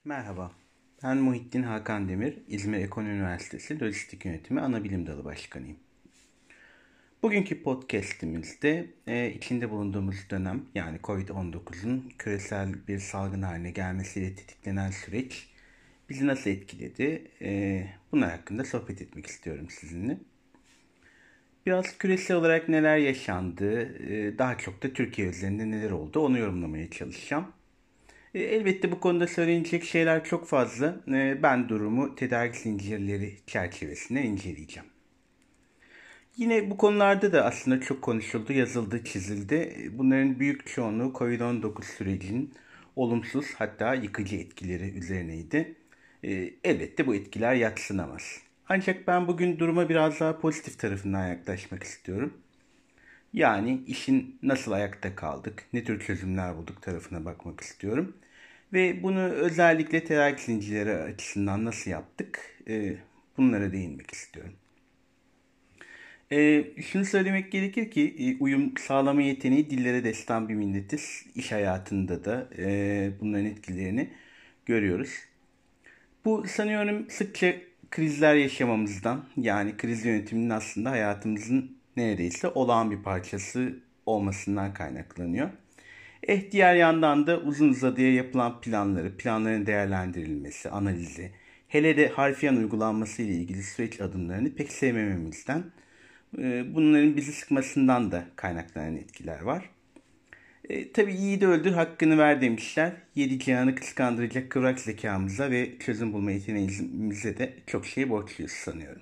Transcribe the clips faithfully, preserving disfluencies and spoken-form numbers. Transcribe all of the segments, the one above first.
Merhaba, ben Muhittin Hakan Demir, İzmir Ekonomi Üniversitesi Lojistik Yönetimi Anabilim Dalı Başkanıyım. Bugünkü podcast'imizde e, içinde bulunduğumuz dönem, yani covid on dokuzun küresel bir salgın haline gelmesiyle tetiklenen süreç bizi nasıl etkiledi? E, bunlar hakkında sohbet etmek istiyorum sizinle. Biraz küresel olarak neler yaşandı, e, daha çok da Türkiye üzerinde neler oldu onu yorumlamaya çalışacağım. E, Elbette bu konuda söylenecek şeyler çok fazla. E, Ben durumu tedarik zincirleri çerçevesinde inceleyeceğim. Yine bu konularda da aslında çok konuşuldu, yazıldı, çizildi. E, Bunların büyük çoğunluğu covid on dokuz sürecinin olumsuz hatta yıkıcı etkileri üzerineydi. E, Elbette bu etkiler yadsınamaz. Ancak ben bugün duruma biraz daha pozitif tarafından yaklaşmak istiyorum. Yani işin nasıl ayakta kaldık, ne tür çözümler bulduk tarafına bakmak istiyorum. Ve bunu özellikle tedarik zincirleri açısından nasıl yaptık, e, bunlara değinmek istiyorum. E, şunu söylemek gerekir ki e, uyum sağlama yeteneği dillere destan bir milletiz. İş hayatında da e, bunların etkilerini görüyoruz. Bu sanıyorum sıkça krizler yaşamamızdan, yani kriz yönetiminin aslında hayatımızın neredeyse olağan bir parçası olmasından kaynaklanıyor. Eh diğer yandan da uzun uzadıya yapılan planları, planların değerlendirilmesi, analizi, hele de harfiyen uygulanması ile ilgili süreç adımlarını pek sevmememizden, e, bunların bizi sıkmasından da kaynaklanan etkiler var. E, tabii iyi de öldür hakkını ver demişler. Yedi cihanı kıskandıracak kıvrak zekamıza ve çözüm bulma yeteneğimize de çok şey borçluyuz sanıyorum.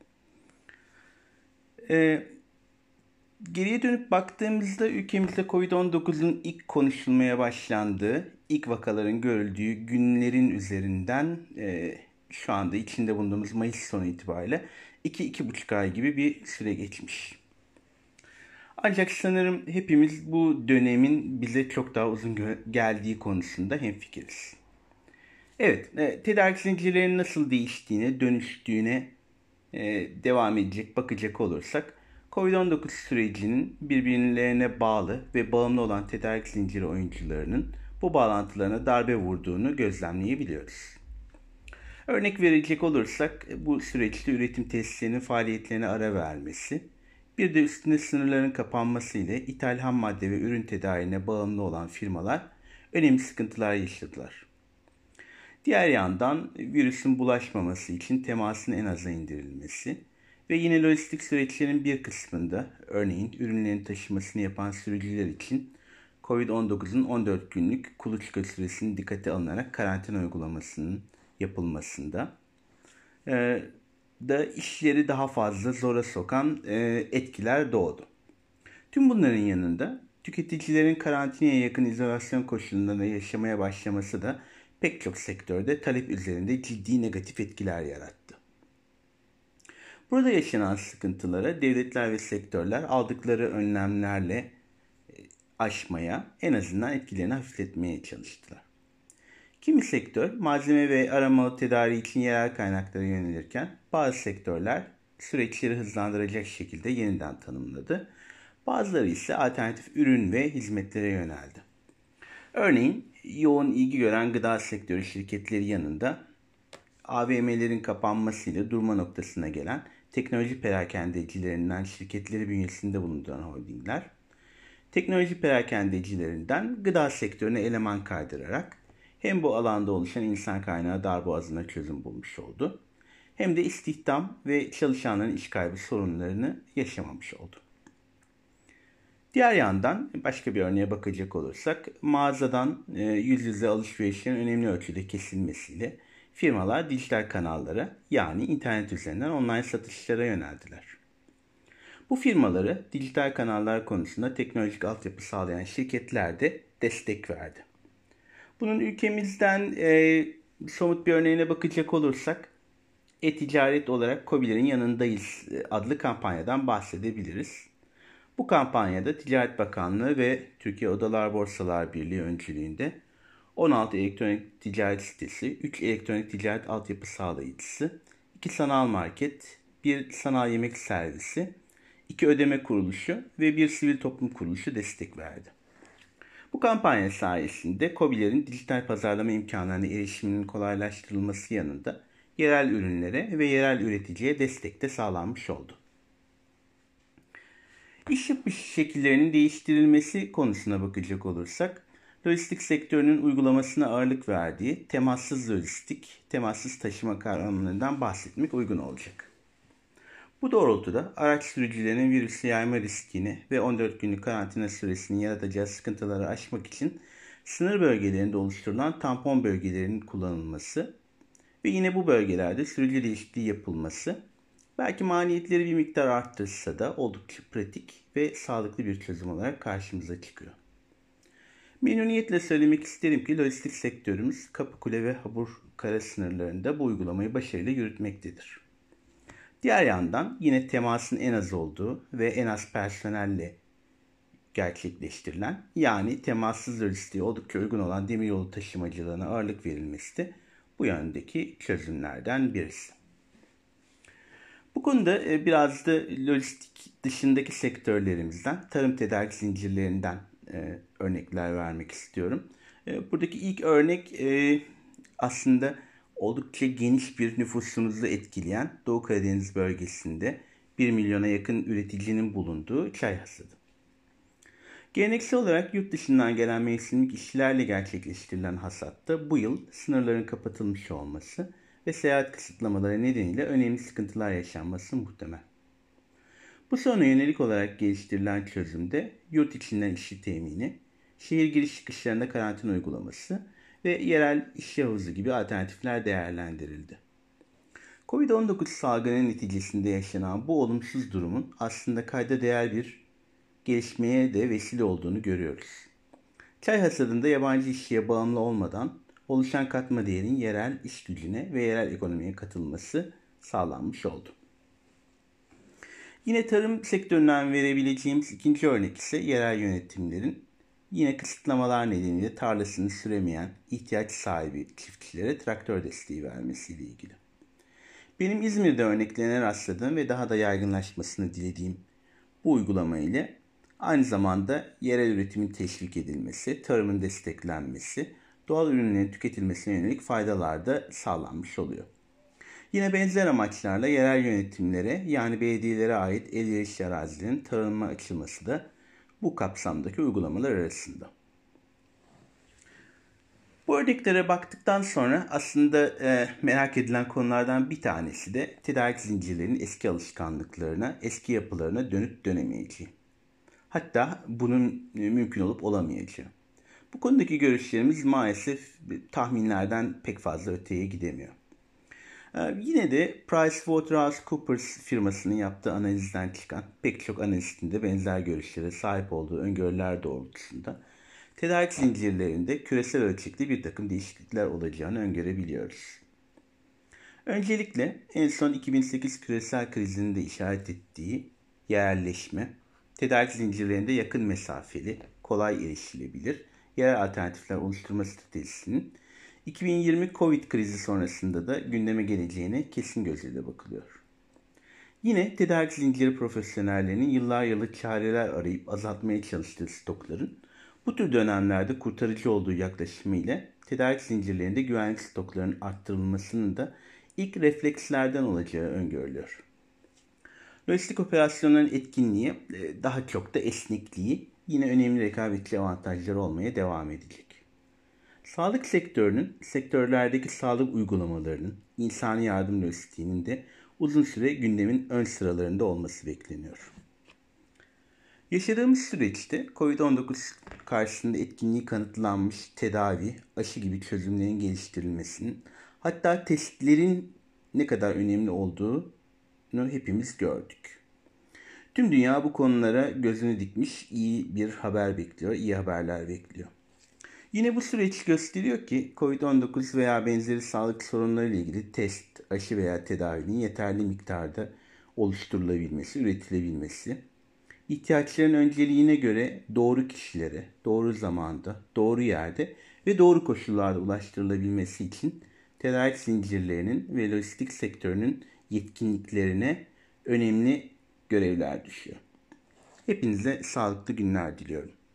E, Geriye dönüp baktığımızda ülkemizde covid on dokuzun ilk konuşulmaya başlandığı, ilk vakaların görüldüğü günlerin üzerinden e, şu anda içinde bulunduğumuz Mayıs sonu itibariyle iki iki buçuk ay gibi bir süre geçmiş. Ancak sanırım hepimiz bu dönemin bize çok daha uzun geldiği konusunda hemfikiriz. Evet, e, tedarik zincirlerinin nasıl değiştiğine, dönüştüğüne e, devam edecek, bakacak olursak, covid on dokuz sürecinin birbirlerine bağlı ve bağımlı olan tedarik zinciri oyuncularının bu bağlantılarına darbe vurduğunu gözlemleyebiliyoruz. Örnek verecek olursak, bu süreçte üretim tesislerinin faaliyetlerine ara vermesi, bir de üstüne sınırların kapanması ile ithal ham madde ve ürün tedariğine bağımlı olan firmalar önemli sıkıntılar yaşadılar. Diğer yandan virüsün bulaşmaması için temasın en aza indirilmesi ve yine lojistik süreçlerin bir kısmında, örneğin ürünlerin taşımasını yapan sürücüler için covid on dokuzun on dört günlük kuluçka süresinin dikkate alınarak karantina uygulamasının yapılmasında e, da işleri daha fazla zora sokan e, etkiler doğdu. Tüm bunların yanında tüketicilerin karantinaya yakın izolasyon koşullarında yaşamaya başlaması da pek çok sektörde talep üzerinde ciddi negatif etkiler yarattı. Burada yaşanan sıkıntılara devletler ve sektörler aldıkları önlemlerle aşmaya, en azından etkilerini hafifletmeye çalıştılar. Kimi sektör malzeme ve arama tedariği için yerel kaynaklara yönelirken bazı sektörler süreçleri hızlandıracak şekilde yeniden tanımladı. Bazıları ise alternatif ürün ve hizmetlere yöneldi. Örneğin yoğun ilgi gören gıda sektörü şirketleri yanında A V M'lerin kapanmasıyla durma noktasına gelen teknoloji perakendecilerinden şirketleri bünyesinde bulunduran holdingler, teknoloji perakendecilerinden gıda sektörüne eleman kaydırarak hem bu alanda oluşan insan kaynağı darboğazına çözüm bulmuş oldu, hem de istihdam ve çalışanların iş kaybı sorunlarını yaşamamış oldu. Diğer yandan başka bir örneğe bakacak olursak, mağazadan yüz yüze alışverişlerin önemli ölçüde kesilmesiyle firmalar dijital kanallara, yani internet üzerinden online satışlara yöneldiler. Bu firmaları dijital kanallar konusunda teknolojik altyapı sağlayan şirketler de destek verdi. Bunun ülkemizden e, somut bir örneğine bakacak olursak, e-ticaret olarak KOBİ'lerin yanındayız adlı kampanyadan bahsedebiliriz. Bu kampanyada Ticaret Bakanlığı ve Türkiye Odalar Borsalar Birliği öncülüğünde on altı elektronik ticaret sitesi, üç elektronik ticaret altyapı sağlayıcısı, iki sanal market, bir sanal yemek servisi, iki ödeme kuruluşu ve bir sivil toplum kuruluşu destek verdi. Bu kampanya sayesinde KOBİ'lerin dijital pazarlama imkanlarına erişiminin kolaylaştırılması yanında yerel ürünlere ve yerel üreticiye destek de sağlanmış oldu. İş yapış şekillerinin değiştirilmesi konusuna bakacak olursak, lojistik sektörünün uygulamasına ağırlık verdiği temassız lojistik, temassız taşıma kavramlarından bahsetmek uygun olacak. Bu doğrultuda araç sürücülerinin virüsü yayma riskini ve on dört günlük karantina süresinin yaratacağı sıkıntıları aşmak için sınır bölgelerinde oluşturulan tampon bölgelerinin kullanılması ve yine bu bölgelerde sürücü değişikliği yapılması belki maliyetleri bir miktar arttırsa da oldukça pratik ve sağlıklı bir çözüm olarak karşımıza çıkıyor. Memnuniyetle söylemek isterim ki lojistik sektörümüz Kapıkule ve Haburkara sınırlarında bu uygulamayı başarıyla yürütmektedir. Diğer yandan yine temasın en az olduğu ve en az personelle gerçekleştirilen, yani temassız lojistiğe oldukça uygun olan demiryolu taşımacılığına ağırlık verilmesi de bu yöndeki çözümlerden birisi. Bu konuda biraz da lojistik dışındaki sektörlerimizden, tarım tedarik zincirlerinden e, örnekler vermek istiyorum. E, buradaki ilk örnek e, aslında oldukça geniş bir nüfusumuzu etkileyen Doğu Karadeniz bölgesinde bir milyona yakın üreticinin bulunduğu çay hasadı. Geleneksel olarak yurt dışından gelen mevsimlik işçilerle gerçekleştirilen hasatta bu yıl sınırların kapatılmış olması ve seyahat kısıtlamaları nedeniyle önemli sıkıntılar yaşanması muhtemel. Bu soruna yönelik olarak geliştirilen çözümde yurt içinden işçi temini, şehir giriş çıkışlarında karantina uygulaması ve yerel işçi havuzu gibi alternatifler değerlendirildi. kovid on dokuz salgını neticesinde yaşanan bu olumsuz durumun aslında kayda değer bir gelişmeye de vesile olduğunu görüyoruz. Çay hasadında yabancı işçiye bağımlı olmadan oluşan katma değerin yerel iş gücüne ve yerel ekonomiye katılması sağlanmış oldu. Yine tarım sektöründen verebileceğimiz ikinci örnek ise yerel yönetimlerin yine kısıtlamalar nedeniyle tarlasını süremeyen ihtiyaç sahibi çiftçilere traktör desteği vermesiyle ilgili. Benim İzmir'de örneklerine rastladığım ve daha da yaygınlaşmasını dilediğim bu uygulama ile aynı zamanda yerel üretimin teşvik edilmesi, tarımın desteklenmesi, doğal ürünlerin tüketilmesine yönelik faydalar da sağlanmış oluyor. Yine benzer amaçlarla yerel yönetimlere, yani belediyelere ait elverişli arazilerin tarıma açılması da bu kapsamdaki uygulamalar arasında. Bu örneklere baktıktan sonra aslında e, merak edilen konulardan bir tanesi de tedarik zincirlerinin eski alışkanlıklarına, eski yapılarına dönüp dönemeyeceği. Hatta bunun mümkün olup olamayacağı. Bu konudaki görüşlerimiz maalesef tahminlerden pek fazla öteye gidemiyor. Ee, yine de PricewaterhouseCoopers firmasının yaptığı analizden çıkan pek çok analistin de benzer görüşlere sahip olduğu öngörüler doğrultusunda tedarik zincirlerinde küresel ölçekli bir takım değişiklikler olacağını öngörebiliyoruz. Öncelikle en son iki bin sekiz küresel krizinin de işaret ettiği yerelleşme, tedarik zincirlerinde yakın mesafeli, kolay erişilebilir yerel alternatifler oluşturma stratejisinin iki bin yirmi Covid krizi sonrasında da gündeme geleceğine kesin gözüyle bakılıyor. Yine tedarik zinciri profesyonellerinin yıllar yılı çareler arayıp azaltmaya çalıştığı stokların bu tür dönemlerde kurtarıcı olduğu yaklaşımı ile tedarik zincirlerinde güvenlik stoklarının arttırılmasının da ilk reflekslerden olacağı öngörülüyor. Lojistik operasyonların etkinliği, daha çok da esnekliği yine önemli rekabetçi avantajları olmaya devam edecek. Sağlık sektörünün, sektörlerdeki sağlık uygulamalarının, insani yardım lojistiğinin de uzun süre gündemin ön sıralarında olması bekleniyor. Yaşadığımız süreçte kovid on dokuz karşısında etkinliği kanıtlanmış tedavi, aşı gibi çözümlerin geliştirilmesinin, hatta testlerin ne kadar önemli olduğunu hepimiz gördük. Tüm dünya bu konulara gözünü dikmiş, iyi bir haber bekliyor, iyi haberler bekliyor. Yine bu süreç gösteriyor ki kovid on dokuz veya benzeri sağlık sorunları ile ilgili test, aşı veya tedavinin yeterli miktarda oluşturulabilmesi, üretilebilmesi, ihtiyaçların önceliğine göre doğru kişilere, doğru zamanda, doğru yerde ve doğru koşullarda ulaştırılabilmesi için tedarik zincirlerinin ve lojistik sektörünün yetkinliklerine önemli görevler düşüyor. Hepinize sağlıklı günler diliyorum.